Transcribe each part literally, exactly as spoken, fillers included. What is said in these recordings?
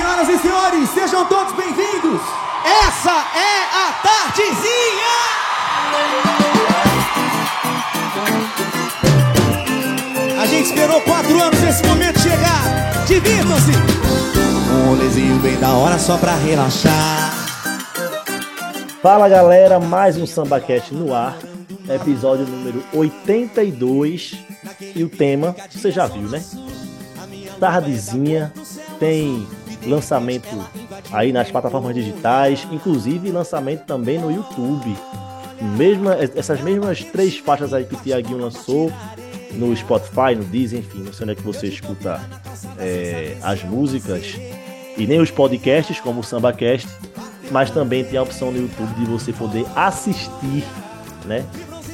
Senhoras e senhores, sejam todos bem-vindos! Essa é a Tardezinha! A gente esperou quatro anos esse momento chegar. Divirtam-se! Um rolezinho bem da hora só pra relaxar. Fala galera, mais um SambaCast no ar, episódio número oitenta e dois. E o tema, você já viu, né? Tardezinha, tem lançamento aí nas plataformas digitais, inclusive lançamento também no YouTube. Mesma, essas mesmas três faixas aí que o Tiaguinho lançou no Spotify, no Deezer, enfim, não sei onde é que você escuta é, as músicas, e nem os podcasts como o SambaCast, mas também tem a opção no YouTube de você poder assistir, né,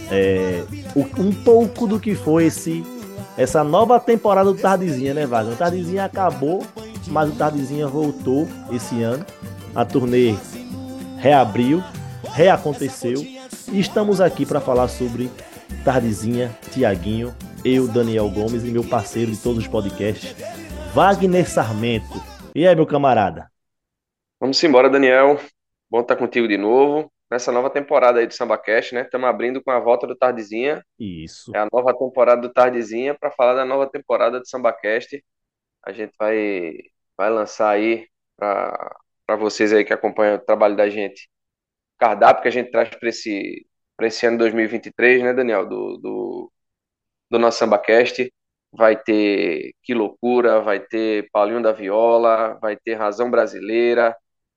é, um pouco do que foi esse, essa nova temporada do Tardezinha, né, Wagner? O Tardezinha acabou, mas o Tardezinha voltou esse ano. A turnê reabriu, reaconteceu, e estamos aqui para falar sobre Tardezinha, Tiaguinho, eu, Daniel Gomes, e meu parceiro de todos os podcasts, Wagner Sarmento. E aí, meu camarada? Vamos embora, Daniel. Bom estar contigo de novo. Nessa nova temporada aí do SambaCast, né? Estamos abrindo com a volta do Tardezinha. Isso. É a nova temporada do Tardezinha para falar da nova temporada do SambaCast. A gente vai, vai lançar aí para para vocês aí que acompanham o trabalho da gente, o cardápio que a gente traz para esse, para esse ano dois mil e vinte e três, né, Daniel? Do, do, do nosso SambaCast. Vai ter Que Loucura, vai ter Paulinho da Viola, vai ter Razão Brasileira,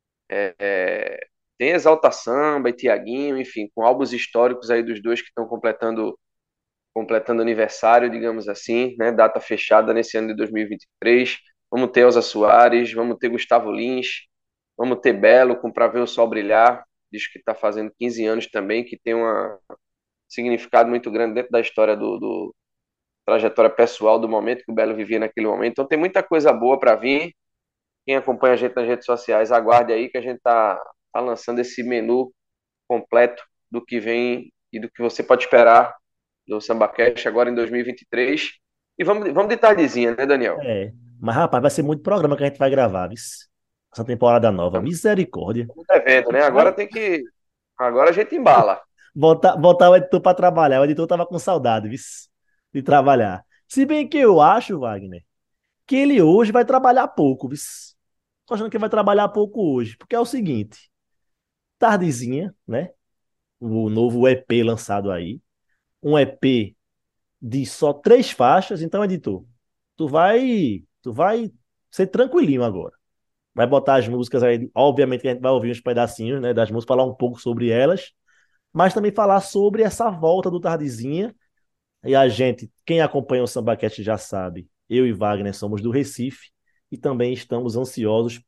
é, é, tem Exalta Samba e Tiaguinho, enfim, com álbuns históricos aí dos dois que estão completando, completando aniversário, digamos assim, né, data fechada nesse ano de dois mil e vinte e três. Vamos ter Elza Soares, vamos ter Gustavo Lins, vamos ter Belo com Pra Ver o Sol Brilhar, disco que está fazendo quinze anos também, que tem um significado muito grande dentro da história do, do trajetória pessoal do momento que o Belo vivia naquele momento. Então tem muita coisa boa para vir. Quem acompanha a gente nas redes sociais, aguarde aí que a gente está tá lançando esse menu completo do que vem e do que você pode esperar do SambaCast agora em dois mil e vinte e três. E vamos, vamos de tardezinha, né, Daniel? É, mas rapaz, vai ser muito programa que a gente vai gravar, viu? Essa temporada nova, Estamos misericórdia. devendo, né? Agora Vai tem que. Agora a gente embala. botar, botar o editor pra trabalhar. O editor tava com saudade, viu? De trabalhar. Se bem que eu acho, Wagner, que ele hoje vai trabalhar pouco, viu? Tô achando que ele vai trabalhar pouco hoje, porque é o seguinte, Tardezinha, né? O novo E P lançado aí, um E P de só três faixas, então, editor, tu vai, tu vai ser tranquilinho agora. Vai botar as músicas aí, obviamente que a gente vai ouvir uns pedacinhos, né, das músicas, falar um pouco sobre elas, mas também falar sobre essa volta do Tardezinha. E a gente, quem acompanha o SambaCast já sabe, eu e Wagner somos do Recife e também estamos ansiosos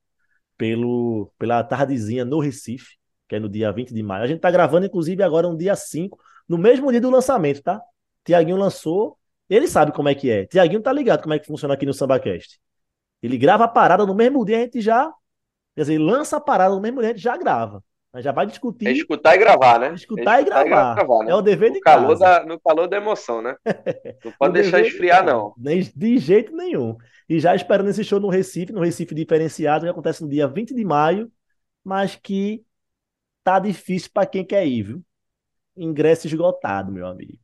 pelo, pela Tardezinha no Recife, que é no dia vinte de maio. A gente tá gravando, inclusive, agora no dia cinco, no mesmo dia do lançamento, tá? Tiaguinho lançou, ele sabe como é que é. Tiaguinho tá ligado como é que funciona aqui no SambaCast. Ele grava a parada no mesmo dia, a gente já... Quer dizer, ele lança a parada no mesmo dia, a gente já grava. A gente já vai É discutir, escutar e gravar, né? É escutar e escutar e gravar. gravar, É né? o dever No de calor casa. da, no calor da emoção, né? Não O pode deixar dever de esfriar, casa. não. Nem de jeito nenhum. E já esperando esse show no Recife, no Recife diferenciado, que acontece no dia vinte de maio, mas que tá difícil para quem quer ir, viu? Ingresso esgotado, meu amigo.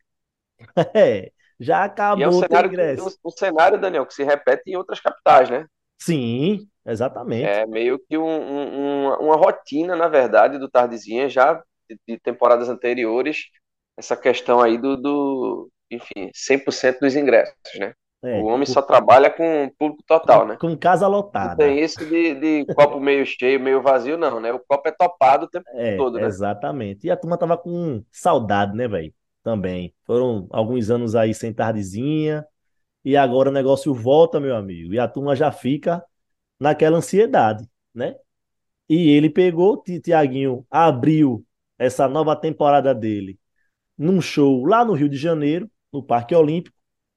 É, já E é um acabou o teu cenário, que, um, ingresso. um cenário, Daniel, que se repete em outras capitais, né? Sim, exatamente. É meio que um, um- uma uma rotina, na verdade, do Tardezinha, já de, de temporadas anteriores, essa questão aí do, do, enfim, cem por cento dos ingressos, né? O É, homem só com, trabalha com público com, total, né? com casa Não lotada. tem isso de, de copo meio cheio, meio vazio, não, né? O copo é topado o tempo É, todo, né? exatamente. E a turma tava com saudade, né, velho? Também. Foram alguns anos aí sem Tardezinha, e agora o negócio volta, meu amigo. E a turma já fica naquela ansiedade, né? E ele pegou, Ti- Tiaguinho abriu essa nova temporada dele num show lá no Rio de Janeiro, no Parque Olímpico,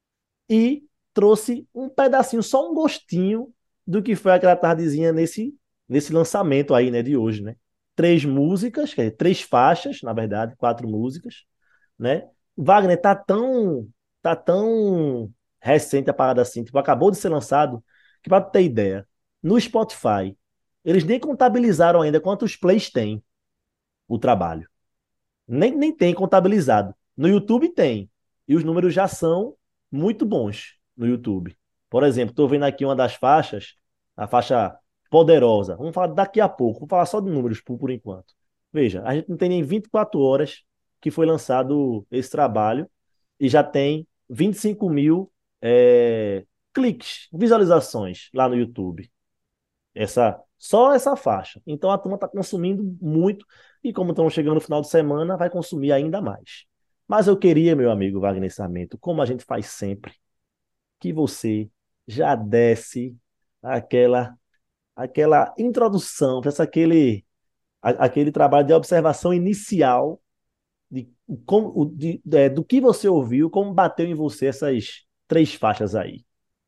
e trouxe um pedacinho, só um gostinho do que foi aquela tardezinha nesse, nesse lançamento aí, né, de hoje, né? Três músicas, quer dizer, três faixas, na verdade, quatro músicas, né? Wagner tá tão, tá tão recente a parada assim, tipo, acabou de ser lançado, que pra tu ter ideia, No Spotify, eles nem contabilizaram ainda quantos plays tem o trabalho. Nem, nem tem contabilizado. No YouTube tem. E os números já são muito bons no YouTube. Por exemplo, estou vendo aqui uma das faixas, a faixa Poderosa. Vamos falar daqui a pouco. Vou falar só de números por, por enquanto. Veja, a gente não tem nem vinte e quatro horas que foi lançado esse trabalho e já tem vinte e cinco mil é, cliques, visualizações lá no YouTube. Essa, só essa faixa. Então a turma está consumindo muito e como estamos chegando no final de semana, vai consumir ainda mais. Mas eu queria, meu amigo Wagner Sarmento, como a gente faz sempre, que você já desse aquela aquela introdução, fizesse aquele a- aquele trabalho de observação inicial de como de, é, do que você ouviu, como bateu em você essas três faixas aí.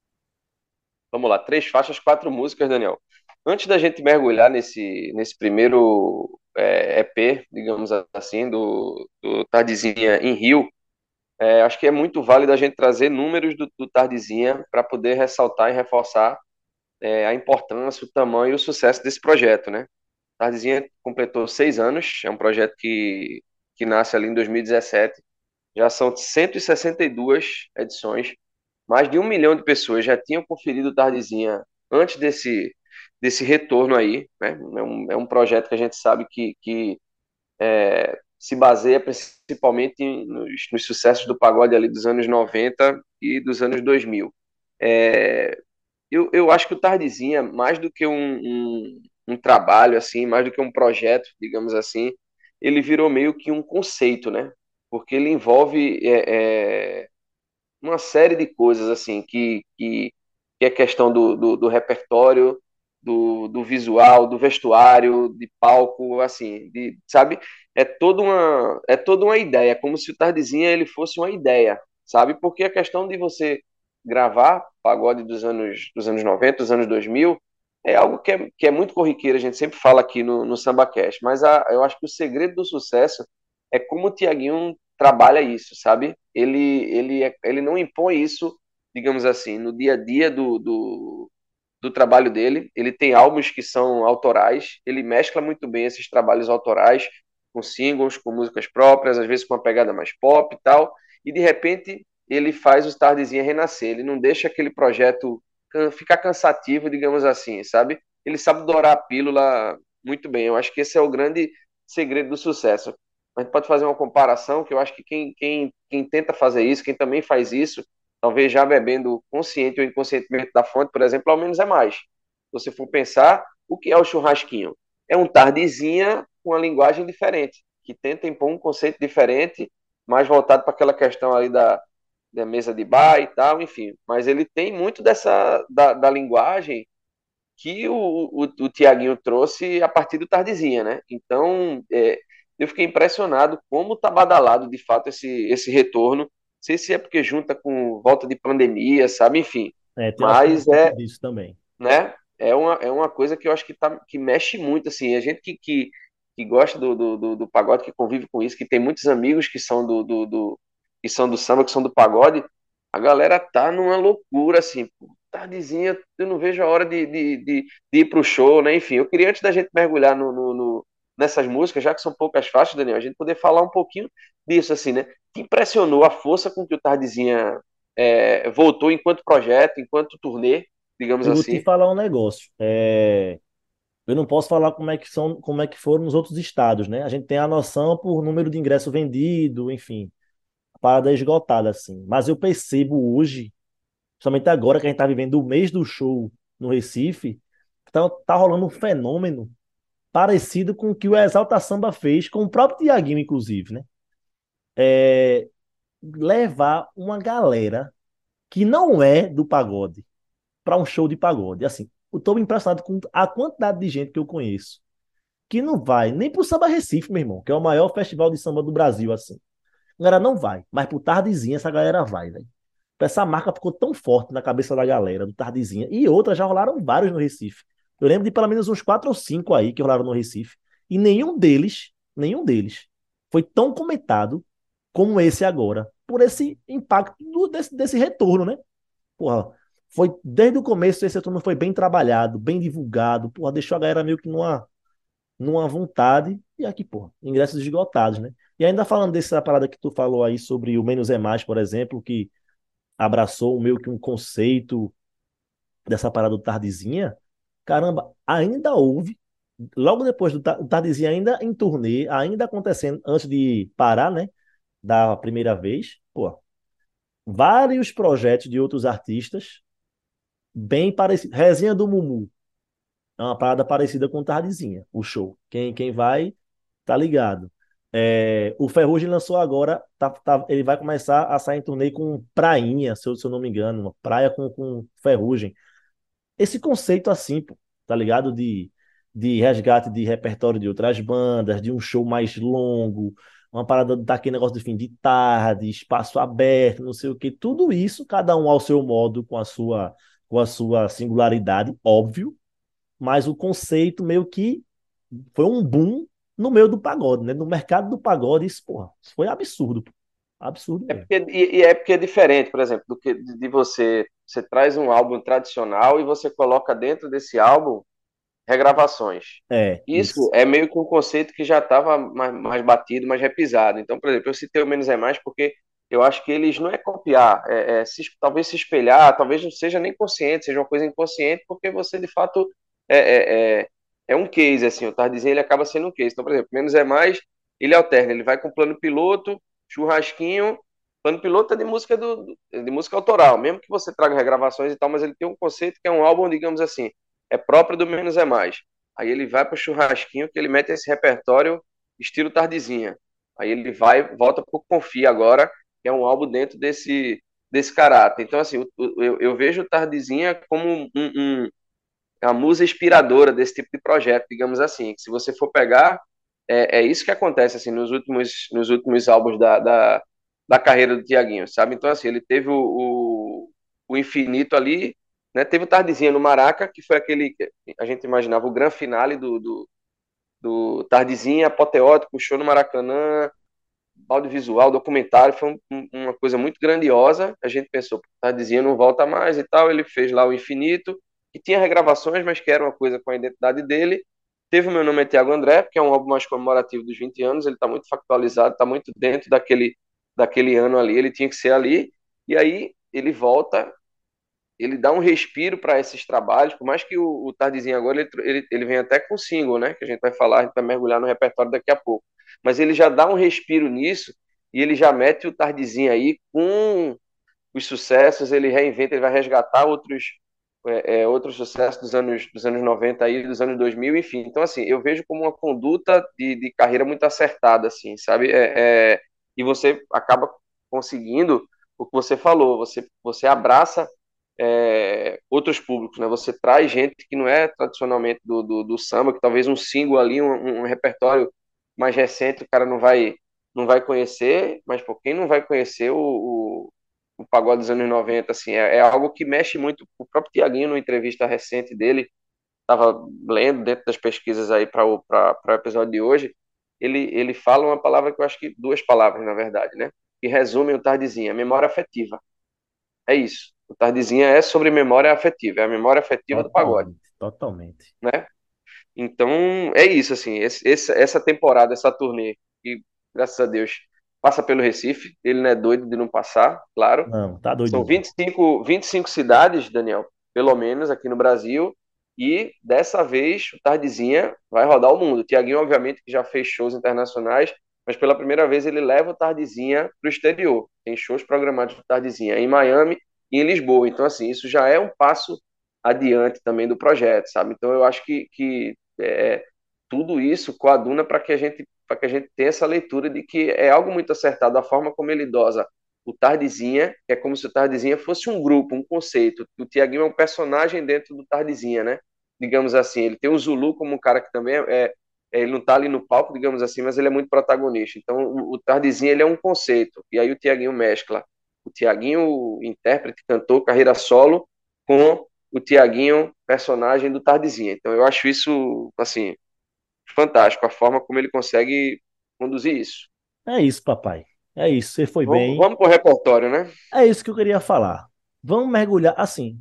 Vamos lá, três faixas, quatro músicas, Daniel. Antes da gente mergulhar nesse, nesse primeiro é, E P, digamos assim, do, do Tardezinha em Rio, é, acho que é muito válido a gente trazer números do, do Tardezinha para poder ressaltar e reforçar é, a importância, o tamanho e o sucesso desse projeto, né? Tardezinha completou seis anos, é um projeto que, que nasce ali em dois mil e dezessete, já são cento e sessenta e duas edições, mais de um milhão de pessoas já tinham conferido o Tardezinha antes desse, desse retorno aí, né? É um, é um projeto que a gente sabe que, que é, se baseia principalmente nos, nos sucessos do pagode ali dos anos noventa e dos anos dois mil. É, eu, eu acho que o Tardezinha, mais do que um, um, um trabalho, assim, mais do que um projeto, digamos assim, ele virou meio que um conceito, né? Porque ele envolve é, é, uma série de coisas, assim, que, que, que é questão do, do, do repertório, do, do visual, do vestuário, de palco, assim, de, sabe? É toda uma, é toda uma ideia, é como se o Tardezinha ele fosse uma ideia, sabe? Porque a questão de você gravar pagode dos anos, dos anos noventa, dos anos dois mil, é algo que é, que é muito corriqueiro, a gente sempre fala aqui no, no SambaCast, mas a, eu acho que o segredo do sucesso é como o Tiaguinho trabalha isso, sabe? Ele, ele, é, ele não impõe isso, digamos assim, no dia a dia do, do, do trabalho dele. Ele tem álbuns que são autorais, ele mescla muito bem esses trabalhos autorais com singles, com músicas próprias, às vezes com uma pegada mais pop e tal, e de repente ele faz o Tardezinha renascer, ele não deixa aquele projeto ficar cansativo, digamos assim, sabe? Ele sabe dourar a pílula muito bem, eu acho que esse é o grande segredo do sucesso. A gente pode fazer uma comparação que eu acho que quem, quem, quem tenta fazer isso, quem também faz isso, talvez já bebendo consciente ou inconscientemente da fonte, por exemplo, ao menos é mais. Se você for pensar, o que é o churrasquinho? É um Tardezinha com uma linguagem diferente, que tenta impor um conceito diferente, mais voltado para aquela questão ali da, da mesa de bar e tal, enfim. Mas ele tem muito dessa da, da linguagem que o, o, o Tiaguinho trouxe a partir do Tardezinha, né? Então, é, eu fiquei impressionado como tá badalado de fato esse, esse retorno. Não sei se é porque junta com volta de pandemia, sabe? Enfim. É, tem, acho que tem um Mas pouco é, disso também. né? É uma, é uma coisa que eu acho que, tá, que mexe muito, assim. A gente que, que, que gosta do, do, do, do pagode, que convive com isso, que tem muitos amigos que são do, do, do, que são do samba, que são do pagode, a galera tá numa loucura, assim. Pô, tardezinha, eu não vejo a hora de, de, de, de ir pro show, né? Enfim, eu queria, antes da gente mergulhar no, no, no- nessas músicas, já que são poucas faixas, Daniel, a gente poder falar um pouquinho disso, assim, né? Que impressionou a força com que o Tardezinha é, voltou enquanto projeto, enquanto turnê, digamos Eu vou te assim. falar um negócio. É, eu não posso falar como é que são, como é que foram nos outros estados, né? A gente tem a noção por número de ingresso vendido, enfim, a parada é esgotada, assim. Mas eu percebo hoje, principalmente agora que a gente tá vivendo o mês do show no Recife, tá, tá rolando um fenômeno parecido com o que o Exalta Samba fez com o próprio Tiaguinho, inclusive, né? É, levar uma galera que não é do pagode para um show de pagode. Assim, eu tô impressionado com a quantidade de gente que eu conheço que não vai nem pro Samba Recife, meu irmão, que é o maior festival de samba do Brasil, assim. A galera não vai, mas pro Tardezinha essa galera vai, velho. Essa marca ficou tão forte na cabeça da galera, do Tardezinha. E outras já rolaram vários no Recife. Eu lembro de pelo menos uns quatro ou cinco aí que rolaram no Recife. E nenhum deles, nenhum deles, foi tão comentado como esse agora. Por esse impacto do- desse, desse retorno, né? Porra, Foi desde o começo, esse turno foi bem trabalhado, bem divulgado, porra, deixou a galera meio que numa, numa vontade, e aqui, pô, ingressos esgotados, né? E ainda falando dessa parada que tu falou aí sobre o Menos é Mais, por exemplo, que abraçou meio que um conceito dessa parada do Tardezinha, caramba, ainda houve, logo depois do Ta- o Tardezinha ainda em turnê, ainda acontecendo, antes de parar, né, da primeira vez, pô, vários projetos de outros artistas bem parecidos. Resenha do Mumu, é uma parada parecida com Tardezinha, o show. Quem, quem vai, tá ligado. É, o Ferrugem lançou agora, tá, tá- ele vai começar a sair em turnê com Prainha, se eu, se eu não me engano, uma praia com, com Ferrugem. Esse conceito assim, pô, tá ligado? De, de resgate de repertório de outras bandas, de um show mais longo, uma parada daquele negócio de fim de tarde, espaço aberto, não sei o quê. Tudo isso, cada um ao seu modo, com a sua, com a sua singularidade, óbvio, mas o conceito meio que foi um boom no meio do pagode, né? No mercado do pagode, isso, porra, isso foi absurdo, pô. Absurdo É mesmo. porque, e, e é porque é diferente, por exemplo, do que de, de você, você traz um álbum tradicional e você coloca dentro desse álbum regravações. É, Isso isso. é meio que um conceito que já estava mais, mais batido, mais repisado. Então, por exemplo, eu citei o Menos é Mais porque eu acho que eles não é copiar, é, é se, talvez se espelhar, talvez não seja nem consciente, seja uma coisa inconsciente, porque você de fato é, é, é, é um case, assim, o Tardezinho ele acaba sendo um case. Então, por exemplo, Menos é Mais, ele alterna, ele vai com plano piloto, churrasquinho, plano piloto é de música do, de música autoral, mesmo que você traga regravações e tal, mas ele tem um conceito que é um álbum, digamos assim, é próprio do Menos é Mais. Aí ele vai para o churrasquinho, que ele mete esse repertório estilo Tardezinha. Aí ele vai, volta para o Confia agora, que é um álbum dentro desse, desse caráter. Então, assim, eu, eu vejo o Tardezinha como um, um, uma musa inspiradora desse tipo de projeto, digamos assim. Se você for pegar, é, é isso que acontece assim nos últimos, nos últimos álbuns da, da, da carreira do Tiaguinho, sabe? Então, assim, ele teve o, o, o Infinito ali, né? Teve o Tardezinha no Maraca, que foi aquele que a gente imaginava o grande finale do, do, do Tardezinha, apoteótico, show no Maracanã, audiovisual, documentário, foi um, uma coisa muito grandiosa. A gente pensou, Tardezinha não volta mais e tal. Ele fez lá o Infinito, que tinha regravações, mas que era uma coisa com a identidade dele. Teve o Meu Nome é Tiago André, que é um álbum mais comemorativo dos vinte anos. Ele está muito factualizado, está muito dentro daquele, daquele ano ali. Ele tinha que ser ali. E aí ele volta, ele dá um respiro para esses trabalhos, por mais que o, o Tardezinho agora ele, ele, ele vem até com single, né? Que a gente vai falar, a gente vai mergulhar no repertório daqui a pouco. Mas ele já dá um respiro nisso e ele já mete o Tardezinho aí com os sucessos, ele reinventa, ele vai resgatar outros é, é, outros sucessos dos anos dos anos noventa aí, dos anos dois mil, enfim. Então assim, eu vejo como uma conduta de, de carreira muito acertada, assim, sabe? É, é, e você acaba conseguindo o que você falou, você você abraça é, outros públicos, né? Você traz gente que não é tradicionalmente do, do, do samba, que talvez um single ali, um, um repertório mais recente, o cara não vai não vai conhecer, mas por quem não vai conhecer o, o, o pagode dos anos noventa, assim, é, é algo que mexe muito. O próprio Tiaguinho, numa entrevista recente dele, estava lendo dentro das pesquisas aí para o pra, pra episódio de hoje, ele, ele fala uma palavra que eu acho que duas palavras, na verdade, né? Que resumem o Tardezinha, memória afetiva. É isso. O Tardezinha é sobre memória afetiva, é a memória afetiva do pagode, Totalmente, totalmente. né? Então, é isso, assim, esse, esse, essa temporada, essa turnê, que, graças a Deus, passa pelo Recife, ele não é doido de não passar, claro. Não, tá doido São não. vinte e cinco, vinte e cinco cidades, Daniel, pelo menos aqui no Brasil, e dessa vez o Tardezinha vai rodar o mundo. O Tiaguinho, obviamente, que já fez shows internacionais, mas pela primeira vez ele leva o Tardezinha para o exterior. Tem shows programados do Tardezinha em Miami e em Lisboa. Então, assim, isso já é um passo adiante também do projeto, sabe? Então, eu acho que, que é, tudo isso coaduna para que a gente para que a gente tenha essa leitura de que é algo muito acertado, a forma como ele dosa o Tardezinha, que é como se o Tardezinha fosse um grupo, um conceito. O Tiaguinho é um personagem dentro do Tardezinha, né? Digamos assim, ele tem o Zulu como um cara que também é, é ele não está ali no palco, digamos assim, mas ele é muito protagonista. Então, o, o Tardezinha ele é um conceito. E aí o Tiaguinho mescla o Tiaguinho, intérprete, cantor, carreira solo, com o Tiaguinho, personagem do Tardezinha. Então, eu acho isso, assim, fantástico, a forma como ele consegue conduzir isso. É isso, papai. É isso, você foi Vamos, bem. vamos pro repertório, né? É isso que eu queria falar. Vamos mergulhar assim.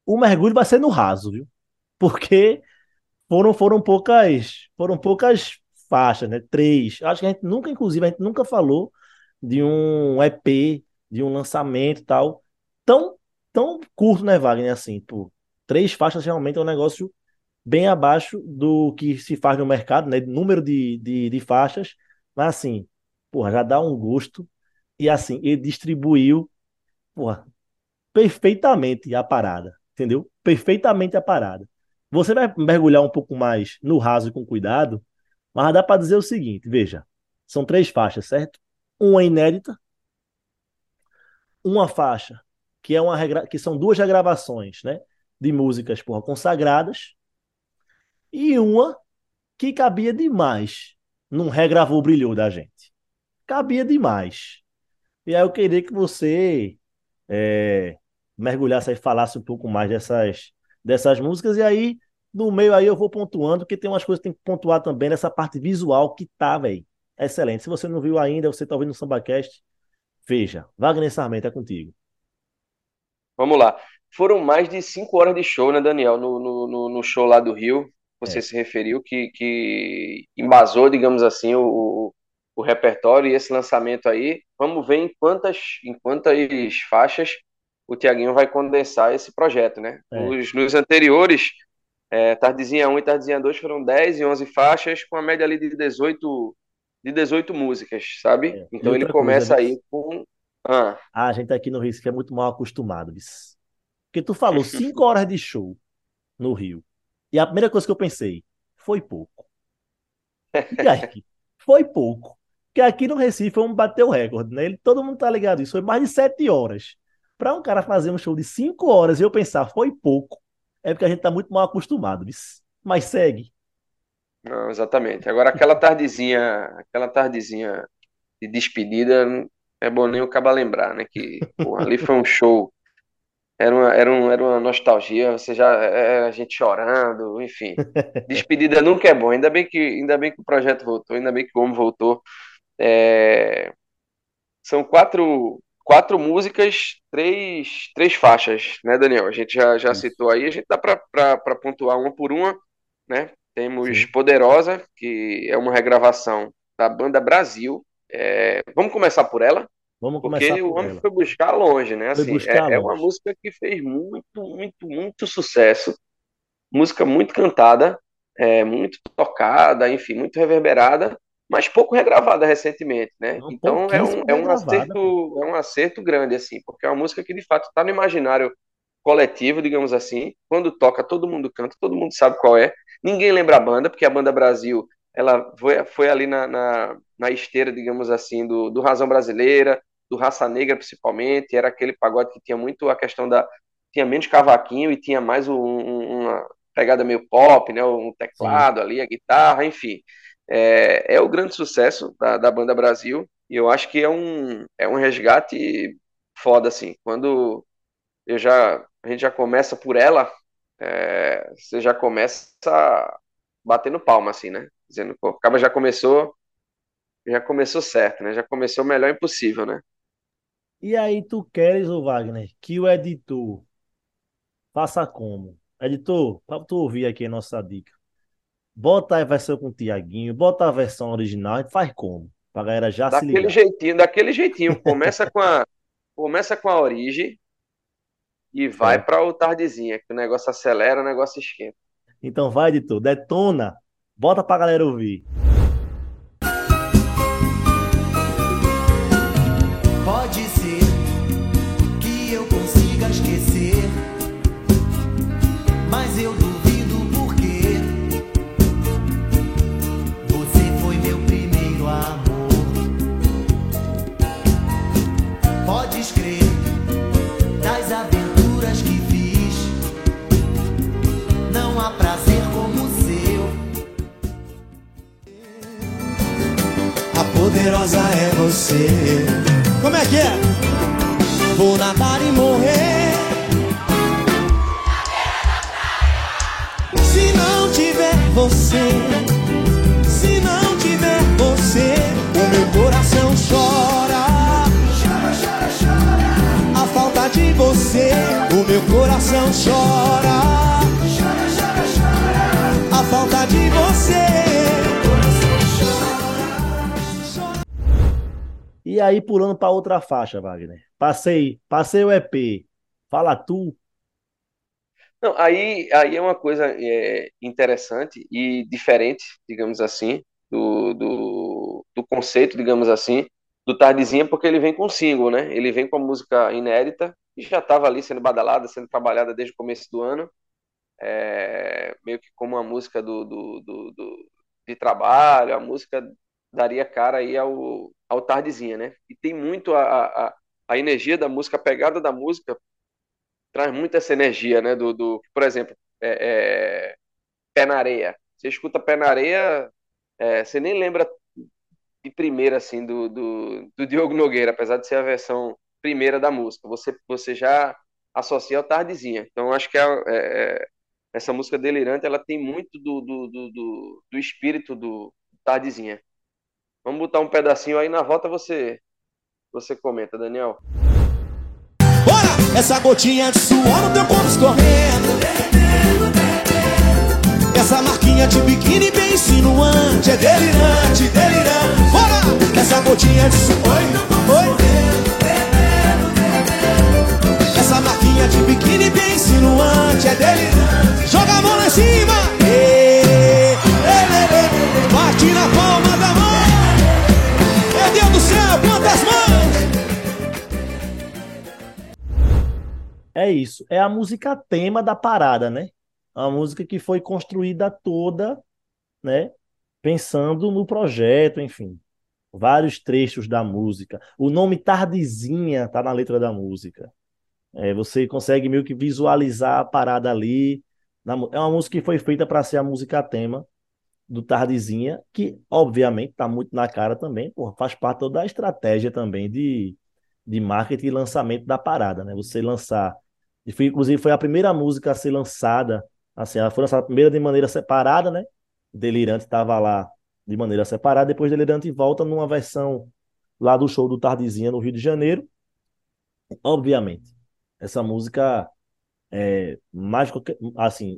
o mergulho vai ser no raso, viu? Porque foram, foram poucas, foram poucas faixas, né? Três. Acho que a gente nunca, inclusive, a gente nunca falou de um E P, de um lançamento e tal, tão, tão curto, né, Wagner? Assim, pô, três faixas realmente é um negócio bem abaixo do que se faz no mercado, né? Número de, de, de faixas, mas assim, porra, já dá um gosto. E assim, ele distribuiu, porra, perfeitamente a parada, entendeu? Perfeitamente a parada. Você vai mergulhar um pouco mais no raso e com cuidado, mas dá para dizer o seguinte, veja, são três faixas, certo? Uma inédita, uma faixa que é uma regra... que são duas regravações, né, de músicas, porra, consagradas, e uma que cabia demais num regravou brilhou da gente. Cabia demais. E aí eu queria que você é, mergulhasse e falasse um pouco mais dessas, dessas músicas. E aí, no meio aí eu vou pontuando, porque tem umas coisas que tem que pontuar também nessa parte visual que tá, velho. Excelente. Se você não viu ainda, você tá ouvindo o SambaCast, veja. Wagner Sarmento, é contigo. Vamos lá. Foram mais de cinco horas de show, né, Daniel? No, no, no no show lá do Rio, você É, se referiu, que, que embasou, digamos assim, o, o repertório e esse lançamento aí. Vamos ver em quantas, em quantas faixas o Tiaguinho vai condensar esse projeto, né? é, Nos, nos anteriores, é, Tardezinha um e Tardezinha dois foram dez e onze faixas, com a média ali de dezoito, de dezoito músicas, sabe? é. E Então ele outra coisa, começa Viz, aí com. Ah, a gente aqui no Rio que é muito mal acostumado, Viz. Porque tu falou cinco horas de show no Rio. E a primeira coisa que eu pensei, foi pouco. E aí? Foi pouco. Porque aqui no Recife vamos bater o recorde, né? Ele, todo mundo tá ligado isso. Foi mais de sete horas. Para um cara fazer um show de cinco horas e eu pensar, foi pouco, é porque a gente tá muito mal acostumado, vice. Mas segue. não, exatamente. Agora aquela tardezinha, aquela tardezinha de despedida, é bom nem o caba lembrar, né? Que pô, ali foi um show, era uma, era um, era uma nostalgia, você já é, a gente chorando, enfim. Despedida nunca é bom. Ainda bem que, ainda bem que o projeto voltou, ainda bem que o homem voltou. É, são quatro, quatro músicas, três, três faixas, né, Daniel? A gente já, já Isso. citou aí, a gente dá para pontuar uma por uma, né? Temos Sim. Poderosa, que é uma regravação da banda Brasil. É, vamos começar por ela, Vamos começar porque o por homem ela. foi buscar longe, né? Foi Assim, buscar é, é uma longe. música que fez muito, muito, muito sucesso, música muito cantada, é, muito tocada, enfim, muito reverberada, mas pouco regravada recentemente, né? Não, Então é um, pouquíssimo é um regravada, acerto, pô. é um acerto grande, assim, porque é uma música que de fato está no imaginário coletivo, digamos assim. Quando toca, todo mundo canta, todo mundo sabe qual é. Ninguém lembra a banda, porque a banda Brasil ela foi, foi ali na, na, na esteira, digamos assim, do, do Razão Brasileira, do Raça Negra principalmente. Era aquele pagode que tinha muito a questão da. Tinha menos cavaquinho e tinha mais um, um, uma pegada meio pop, né? Um Sim. teclado ali, a guitarra, enfim. É, é o grande sucesso da, da banda Brasil. E eu acho que é um, é um resgate foda, assim. Quando eu já, a gente já começa por ela, é, você já começa batendo palma, assim, né? Dizendo, pô, o cara já começou, já começou certo, né? Já começou o melhor impossível, né? E aí tu queres, ô Wagner, que o editor faça como? Editor, para tu ouvir aqui a nossa dica. Bota a versão com o Tiaguinho, bota a versão original, a gente faz como? Pra galera já se Daquele ligar. jeitinho, daquele jeitinho. Começa com a, começa com a origem e vai Certo? para o tardezinha, que o negócio acelera, o negócio esquenta. Então vai, editor, detona, bota pra galera ouvir. Pode ser que eu consiga esquecer, mas eu duvido porque você foi meu primeiro amor. Podes crer das aventuras que fiz, não há prazer como o seu. A poderosa é você. Como é que é? Vou nadar e morrer. Se não tiver você, se não tiver você, o meu coração chora. Chora, chora, chora. A falta de você, o meu coração chora. Chora, chora, chora. A falta de você. E aí, pulando para outra faixa, Wagner. Passei, passei o E P. Fala tu. Não, aí, aí é uma coisa é, interessante e diferente, digamos assim, do, do, do conceito, digamos assim, do Tardezinha, porque ele vem com single, né? Ele vem com a música inédita, e já estava ali sendo badalada, sendo trabalhada desde o começo do ano, é, meio que como uma música do, do, do, do- de trabalho, a música daria cara aí ao, ao Tardezinha, né? E tem muito a, a, a a energia da música, a pegada da música, traz muito essa energia, né? Do, do por exemplo, é, é, Pé na Areia. Você escuta Pé na Areia, é, você nem lembra de primeira, assim, do, do, do Diogo Nogueira, apesar de ser a versão primeira da música. Você, você já associa ao Tardezinha. Então, acho que é, é, essa música Delirante, ela tem muito do, do, do, do, do espírito do Tardezinha. Vamos botar um pedacinho aí na volta, você, você comenta, Daniel. Bora! Essa gotinha de suor no teu corpo escorrendo. Essa marquinha de biquíni bem insinuante. É delirante, delirante. Bora! Essa gotinha de suor. Oi, oi. Essa marquinha de biquíni bem insinuante. É delirante. Joga a mão lá em cima. Ê, ê, ê, ê. Bate na palma da mão. Meu Deus do céu, quantas mãos! É isso. É a música tema da parada, né? A música que foi construída toda, né? Pensando no projeto, enfim. Vários trechos da música. O nome Tardezinha tá na letra da música. É, você consegue meio que visualizar a parada ali. Na mu- É uma música que foi feita para ser a música tema do Tardezinha, que obviamente está muito na cara também, porra, faz parte toda a estratégia também de, de marketing e lançamento da parada, né? Você lançar. E foi, inclusive foi a primeira música a ser lançada, assim, ela foi lançada primeiro de maneira separada, né? Delirante estava lá de maneira separada, depois Delirante volta numa versão lá do show do Tardezinha no Rio de Janeiro. Obviamente, essa música é mais qualquer- assim,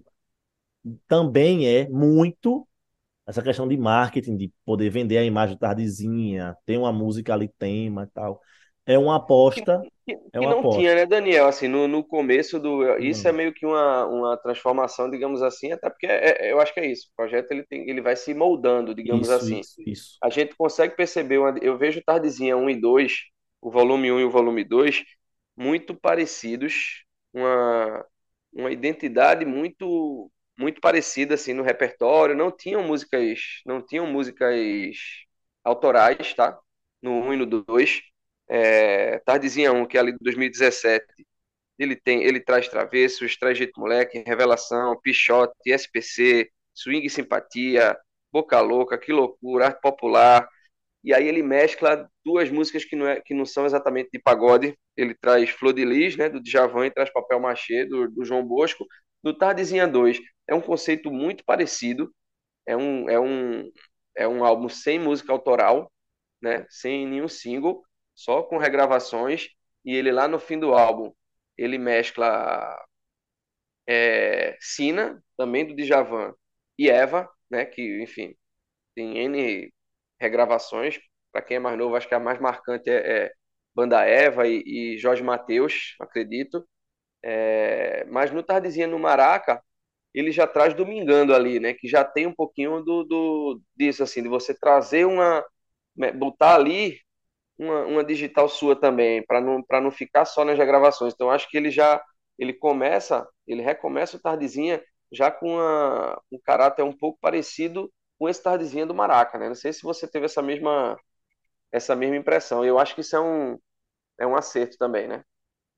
também é muito essa questão de marketing, de poder vender a imagem do Tardezinha, tem uma música ali, tema e tal. É uma Que, aposta, que, é que uma não tinha, aposta. né, Daniel? Assim, no, no começo do. Isso é Não. meio que uma, uma transformação, digamos assim, até porque é- é- eu acho que é isso. O projeto ele, tem, ele vai se moldando, digamos Isso, assim. isso, isso. A gente consegue perceber, uma, eu vejo Tardezinha um e dois, o volume um e o volume dois, muito parecidos, uma, uma identidade muito muito parecida assim no repertório, não tinham músicas, não tinham músicas autorais, tá? No um e no dois. É, Tardezinha um, que é ali de dois mil e dezessete, ele tem, ele traz Travessos, traz Jeito Moleque, Revelação, Pichote, S P C, Swing e Simpatia, Boca Louca, Que Loucura, Arte Popular. E aí ele mescla duas músicas que não, é, que não são exatamente de pagode. Ele traz Flor de Lis, né, do Djavan, e traz Papel Machê, do, do João Bosco. Do Tardezinha dois é um conceito muito parecido. É um, é um, é um álbum sem música autoral, né, sem nenhum single, só com regravações. E ele lá no fim do álbum, ele mescla é, Sina, também do Djavan, e Eva, né, que, enfim, tem N regravações. Para quem é mais novo, acho que a mais marcante é, é Banda Eva e, e Jorge Mateus, acredito. É, mas no Tardezinha no Maraca, ele já traz Domingando ali, né? Que já tem um pouquinho do, do disso, assim, de você trazer uma. Né, botar ali uma, uma digital sua também, para não, para não ficar só nas regravações. Então, acho que ele já. Ele começa, ele recomeça o Tardezinha já com uma, um caráter um pouco parecido com esse Tardezinha do Maraca, né? Não sei se você teve essa mesma, essa mesma impressão. Eu acho que isso é um, é um acerto também, né?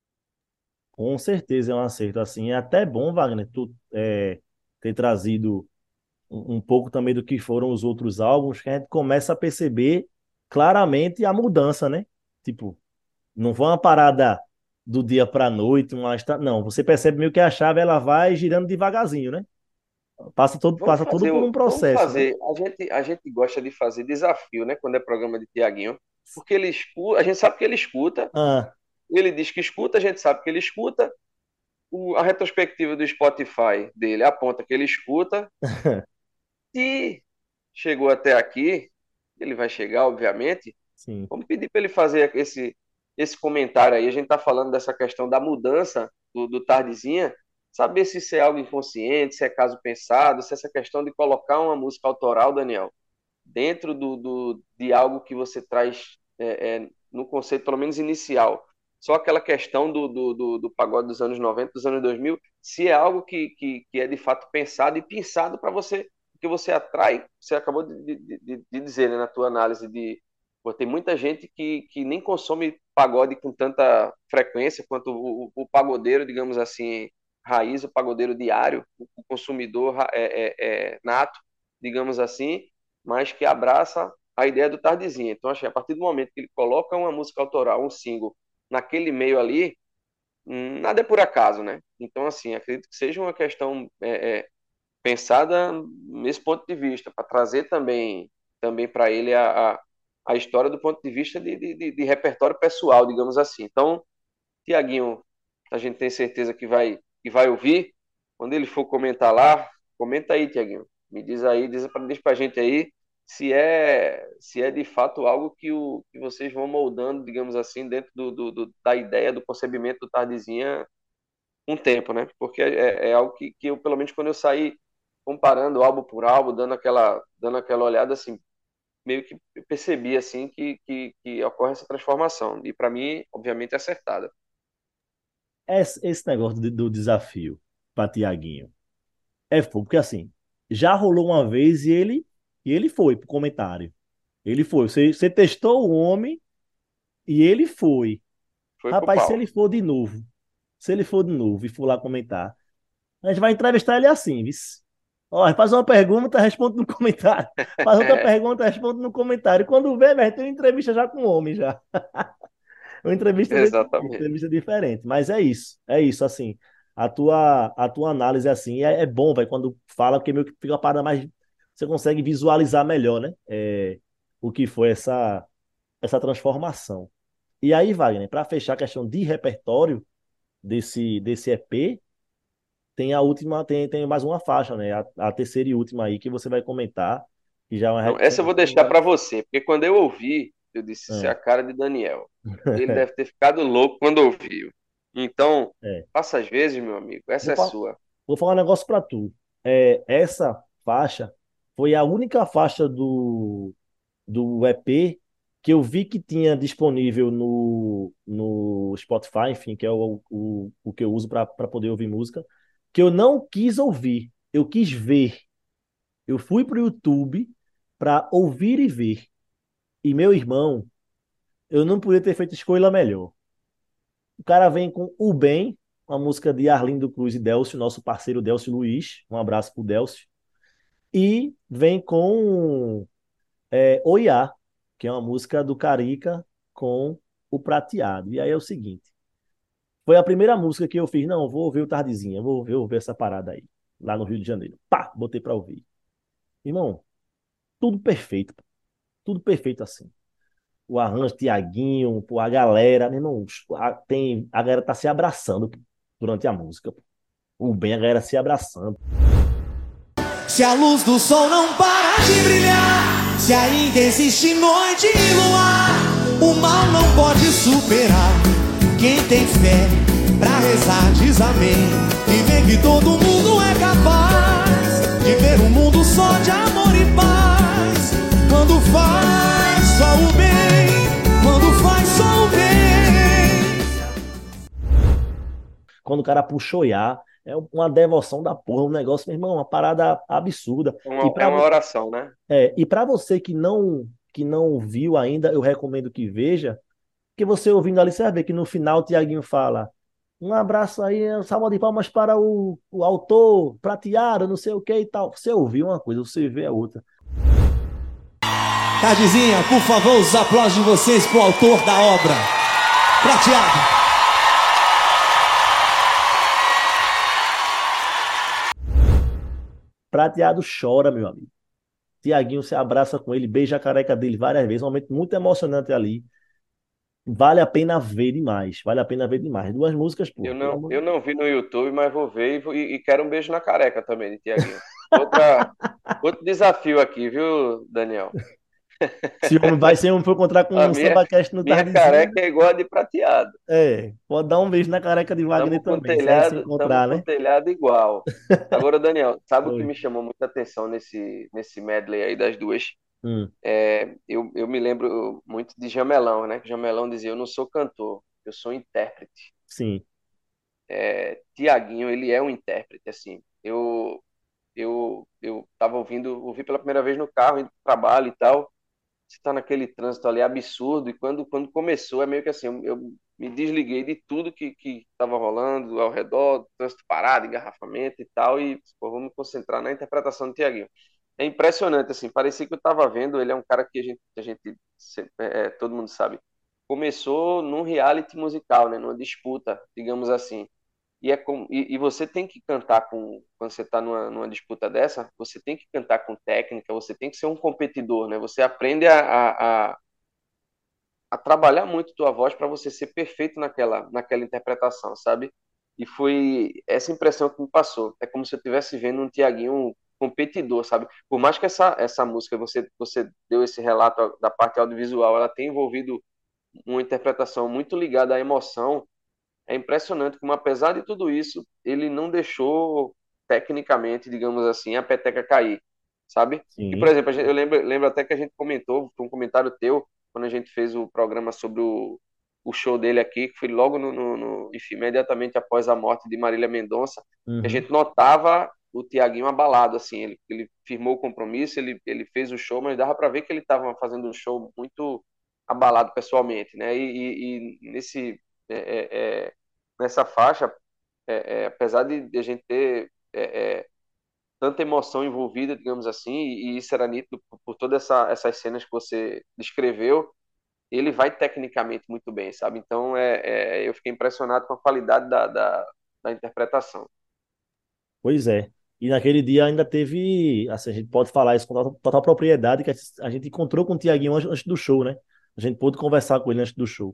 Com certeza é um acerto. Assim, é até bom, Wagner, tu é, ter trazido um, um pouco também do que foram os outros álbuns, que a gente começa a perceber claramente a mudança, né? Tipo, não foi uma parada do dia para a noite, uma estra- não, você percebe meio que a chave ela vai girando devagarzinho, né? Passa todo, Vamos passa todo fazer, por um o- vamos processo, né? fazer. A gente, a gente gosta de fazer desafio, né? Quando é programa de Tiaguinho, porque ele escuta, a gente sabe que ele escuta, Ah, ele diz que escuta, a gente sabe que ele escuta, o- a retrospectiva do Spotify dele aponta que ele escuta. Se chegou até aqui, ele vai chegar, obviamente. Sim. Vamos pedir para ele fazer esse, esse comentário aí. A gente está falando dessa questão da mudança do, do Tardezinha, saber se isso é algo inconsciente, se é caso pensado, se essa questão de colocar uma música autoral, Daniel, dentro do, do, de algo que você traz é, é, no conceito, pelo menos inicial. Só aquela questão do, do, do, do pagode dos anos noventa, dos anos dois mil, se é algo que, que, que é de fato pensado e pensado para você, que você atrai, você acabou de, de, de, de dizer, né, na tua análise de pô, tem muita gente que, que nem consome pagode com tanta frequência quanto o, o, o pagodeiro, digamos assim, raiz, o pagodeiro diário, o, o consumidor é, é, é, nato, digamos assim, mas que abraça a ideia do Tardezinha. Então, acho que a partir do momento que ele coloca uma música autoral, um single, naquele meio ali, hum, nada é por acaso, né? Então, assim, acredito que seja uma questão é, é, pensada nesse ponto de vista, para trazer também, também para ele a, a, a história do ponto de vista de, de, de, de repertório pessoal, digamos assim. Então, Tiaguinho, a gente tem certeza que vai, que vai ouvir. Quando ele for comentar lá, comenta aí, Tiaguinho. Me diz aí, diz para diz a gente aí se é, se é de fato algo que, o, que vocês vão moldando, digamos assim, dentro do, do, do- da ideia, do concebimento do Tardezinha um tempo, né? Porque é, é algo que, que eu, pelo menos quando eu saí comparando álbum por álbum, dando aquela, dando aquela olhada assim, meio que percebi assim que, que, que ocorre essa transformação. E para mim, obviamente, é acertada. Esse, esse negócio do, do desafio para Tiaguinho é fogo, porque assim, já rolou uma vez e ele, e ele foi pro comentário. Ele foi. Você, você testou o homem e ele foi. Foi pro Rapaz, se pau. ele for de novo, se ele for de novo e for lá comentar, a gente vai entrevistar ele assim, vice. Ó, faz uma pergunta, responde no comentário. Faz outra pergunta, responde no comentário. Quando vê, velho, tem uma entrevista já com o homem já. Uma entrevista desse jeito, uma Exatamente. entrevista diferente. Mas é isso, é isso, assim. A tua, a tua análise, assim, é, é bom, velho, quando fala, porque meio que fica uma parada mais. Você consegue visualizar melhor, né? É, o que foi essa, essa transformação. E aí, Wagner, para fechar a questão de repertório desse, desse E P, tem a última, tem, tem mais uma faixa, né? A, a terceira e última aí que você vai comentar, que já é uma. Não, re- essa eu vou deixar para você, porque quando eu ouvi, eu disse, isso é a É, cara de Daniel. Ele deve ter ficado louco quando ouviu. Então, é. faça às vezes, meu amigo, essa Vou é falar, sua. vou falar um negócio para tu. É, essa faixa foi a única faixa do, do E P que eu vi que tinha disponível no, no Spotify, enfim, que é o, o, o que eu uso para poder ouvir música, que eu não quis ouvir, eu quis ver. Eu fui pro YouTube para ouvir e ver. E meu irmão, eu não podia ter feito escolha melhor. O cara vem com O Bem, uma música de Arlindo Cruz e Delcio, nosso parceiro Delcio Luiz. Um abraço pro Delcio. E vem com é, Oiá, que é uma música do Carica com o Prateado. E aí é o seguinte: foi a primeira música que eu fiz. Não, vou ouvir o Tardezinha, vou ver, vou ver essa parada aí, lá no Rio de Janeiro. Pá, botei pra ouvir. Irmão, tudo perfeito, tudo perfeito assim. O arranjo, Tiaguinho, pô, a galera, meu irmão, a, tem, a galera tá se abraçando pô, durante a música. Pô. O bem, a galera se abraçando. Se a luz do sol não para de brilhar, se ainda existe noite e luar, o mal não pode superar. Quem tem fé pra rezar diz amém, e vê que todo mundo é capaz de ver um mundo só de amor e paz. Quando faz só o bem, quando faz só o bem. Quando o cara puxa olhar, é uma devoção da porra, um negócio, meu irmão, uma parada absurda. É E uma, é para uma oração, né? é, e para você que não que não viu ainda, eu recomendo que veja, que você ouvindo ali, você vai ver que no final o Tiaguinho fala: um abraço aí, um salva de palmas para o, o autor, prateado, não sei o que e tal. Você ouviu uma coisa, você vê a outra. Tardezinha, por favor, os aplausos de vocês pro autor da obra, Prateado. Prateado chora, meu amigo. Tiaguinho se abraça com ele, beija a careca dele várias vezes, um momento muito emocionante ali. Vale a pena ver demais. Vale a pena ver demais. Duas músicas, Eu pô. Pelo não, amor eu de- não vi no YouTube, mas vou ver e, vou- e- e quero um beijo na careca também de Tiaguinho. Outra, outro desafio aqui, viu, Daniel? Se o homem vai, se o homem for encontrar com A um minha, SambaCast no minha Tardezinha, careca é igual a de prateado. é, pode dar um beijo na careca de Wagner Tamo com também, se aí se telhado, tamo encontrar, com né? telhado igual. Agora, Daniel, sabe o que Oi. me chamou muita atenção nesse, nesse medley aí das duas? Hum, É, eu, eu me lembro muito de Jamelão, né? Que Jamelão dizia: Eu não sou cantor, eu sou intérprete. sim, É, Tiaguinho, ele é um intérprete, assim. Eu, eu, eu tava ouvindo, ouvi pela primeira vez no carro, indo pro trabalho e tal. Você tá naquele trânsito ali absurdo, e quando, quando começou, é meio que assim: eu, eu me desliguei de tudo que, que tava rolando ao redor, trânsito parado, engarrafamento e tal, e pô, vou me concentrar na interpretação do Tiaguinho. É impressionante, assim, parecia que eu estava vendo, ele é um cara que a gente, a gente é, é, todo mundo sabe, começou num reality musical, né, numa disputa, digamos assim. E, é com, e, e você tem que cantar com, quando você está numa, numa disputa dessa, você tem que cantar com técnica, você tem que ser um competidor, né? Você aprende a, a, a, a trabalhar muito tua voz para você ser perfeito naquela, naquela interpretação, sabe? E foi essa impressão que me passou. É como se eu estivesse vendo um Tiaguinho competidor, sabe? Por mais que essa, essa música, você, você deu esse relato da parte audiovisual, ela tem envolvido uma interpretação muito ligada à emoção. É impressionante como, apesar de tudo isso, ele não deixou, tecnicamente, digamos assim, a peteca cair, sabe? E, por sim. exemplo, a gente- eu lembro, lembro até que a gente comentou, foi um comentário teu, quando a gente fez o programa sobre o, o show dele aqui, que foi logo no, no, no- enfim, imediatamente após a morte de Marília Mendonça, que a Uhum. gente notava o Tiaguinho abalado, assim, ele, ele firmou o compromisso, ele, ele fez o show, mas dava para ver que ele estava fazendo um show muito abalado pessoalmente, né? E, e, e nesse... é, é, é, nessa faixa, é, é, apesar de, de a gente ter é, é, tanta emoção envolvida, digamos assim, e, e isso era nítido por, por todas essa, essas cenas que você descreveu, ele vai tecnicamente muito bem, sabe? Então, é, é, eu fiquei impressionado com a qualidade da, da, da interpretação. Pois é. E naquele dia ainda teve, assim, a gente pode falar isso com total, total propriedade, que a gente encontrou com o Tiaguinho antes, antes do show, né? A gente pôde conversar com ele antes do show.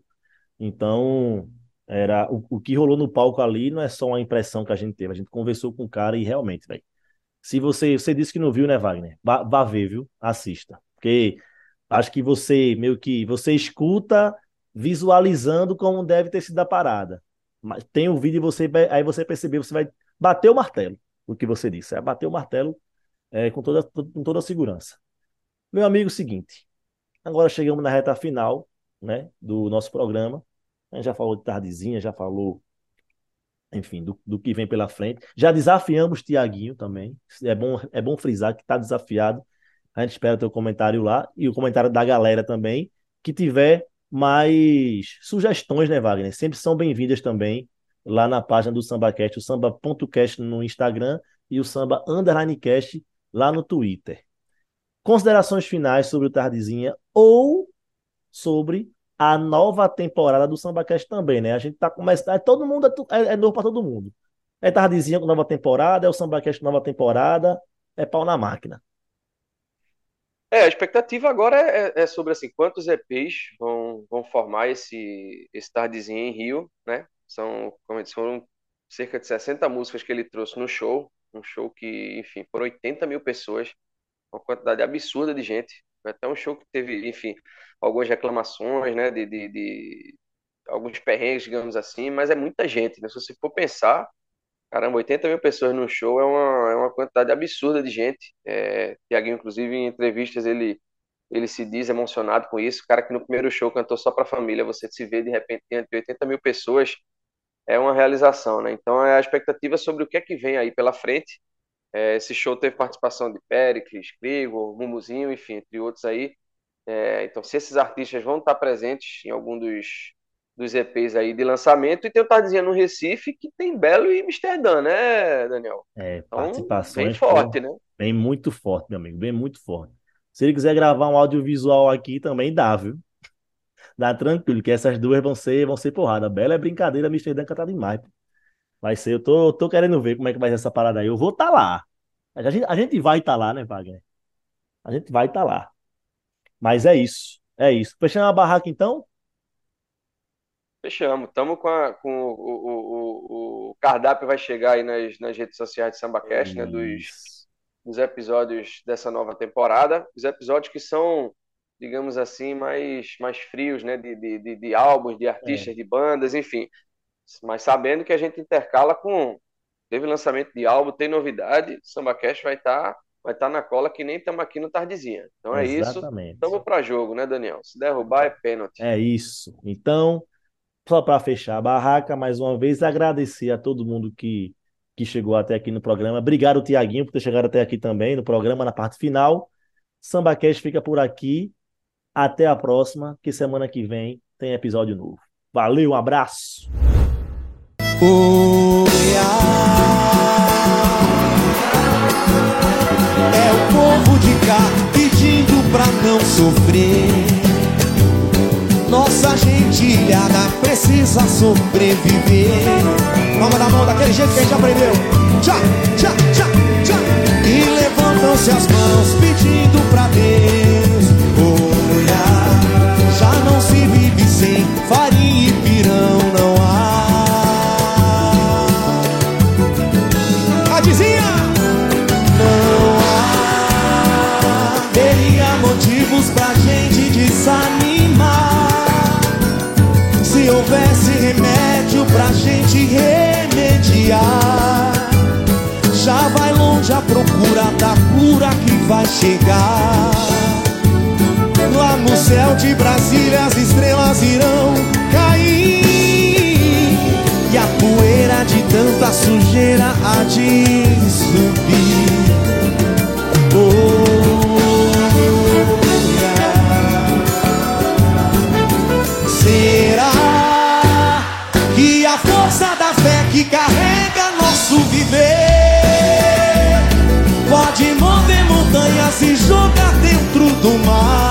Então, era o, o que rolou no palco ali não é só uma impressão que a gente teve. A gente conversou com o cara e realmente, velho. Se você, você disse que não viu, né, Wagner? Vá, vá ver, viu? Assista. Porque acho que você meio que você escuta visualizando como deve ter sido a parada. Mas tem o vídeo e você vai- aí você percebeu, você vai bater o martelo, o que você disse. É bater o martelo é, com toda, com toda a segurança. Meu amigo, seguinte. Agora chegamos na reta final, né, do nosso programa. A gente já falou de tardezinha, já falou, enfim, do, do que vem pela frente. Já desafiamos Tiaguinho também. É bom, é bom frisar que está desafiado. A gente espera o teu comentário lá e o comentário da galera também, que tiver mais sugestões, né, Wagner? Sempre são bem-vindas também lá na página do SambaCast, o samba.cast no Instagram e o samba underline cast lá no Twitter. Considerações finais sobre o Tardezinha ou sobre a nova temporada do SambaCast também, né? A gente tá começando. É, todo mundo é, tu- é, é novo para todo mundo. É Tardezinha com nova temporada, é o SambaCast com nova temporada, é pau na máquina. É, a expectativa agora é, é é sobre assim, quantos E Ps vão, vão formar esse, esse Tardezinho em Rio, né? São, como eu disse, foram cerca de sessenta músicas que ele trouxe no show, um show que, enfim, foram oitenta mil pessoas, uma quantidade absurda de gente. Foi até um show que teve, enfim, algumas reclamações, né, de, de, de alguns perrengues, digamos assim, mas é muita gente, né? Se você for pensar, caramba, oitenta mil pessoas no show é uma, é uma quantidade absurda de gente. É, Tiaguinho, inclusive, em entrevistas, ele, ele se diz emocionado com isso. O cara que no primeiro show cantou só para a família, você se vê de repente diante de oitenta mil pessoas, é uma realização, né? Então, é a expectativa sobre o que é que vem aí pela frente. É, esse show teve participação de Péricles, Crigo, Mumuzinho, enfim, entre outros aí. É, então, se esses artistas vão estar presentes em algum dos, dos E Ps aí de lançamento, e tem o Tardezinha no Recife, que tem Belo e Amsterdã, né, Daniel? É, Então, bem participações, pô, forte, né? bem muito forte, meu amigo, bem muito forte. Se ele quiser gravar um audiovisual aqui, também dá, viu? Dá tranquilo, que essas duas vão ser, vão ser porrada. Bela é brincadeira, Amsterdã canta demais. Pô. Vai ser, eu tô, tô querendo ver como é que vai ser essa parada aí. Eu vou estar tá lá. A gente, a gente vai estar tá lá, né, Wagner? A gente vai estar tá lá. Mas é isso, é isso. Fechando a barraca então? Fechamos. Estamos com, a, com o, o, o, o cardápio vai chegar aí nas, nas redes sociais de SambaCast, né? Dos, Isso. dos episódios dessa nova temporada. Os episódios que são, digamos assim, mais, mais frios, né? De, de, de, de álbuns, de É, artistas, de bandas, enfim. Mas sabendo que a gente intercala com. Teve lançamento de álbum, tem novidade. SambaCast vai estar vai tá na cola que nem estamos aqui no Tardezinha. Então é isso. exatamente. Estamos para jogo, né, Daniel? Se derrubar é pênalti. É isso. Então, só para fechar a barraca, mais uma vez agradecer a todo mundo que, que chegou até aqui no programa. Obrigado, Tiaguinho, por ter chegado até aqui também no programa, na parte final. SambaCast fica por aqui. Até a próxima, que semana que vem tem episódio novo. Valeu, um abraço! Oi, é o povo de cá pedindo pra não sofrer. Nossa gentilhada precisa sobreviver. Palma da mão daquele jeito que a gente aprendeu. Tchá, tchá, tchá, tchá. E levantam-se as mãos pedindo pra Deus. Olha, já não se vive sem farinha e pirão, não há. A vizinha! Não há. Teria motivos pra gente desanimar. Se houvesse remédio pra gente remediar, já vai longe a procura da cura que vai chegar. Lá no céu de Brasília as estrelas irão cair, e a poeira de tanta sujeira há de subir. Oh, será que a força da fé que carrega nosso viver pode mover montanhas e jogar dentro do mar?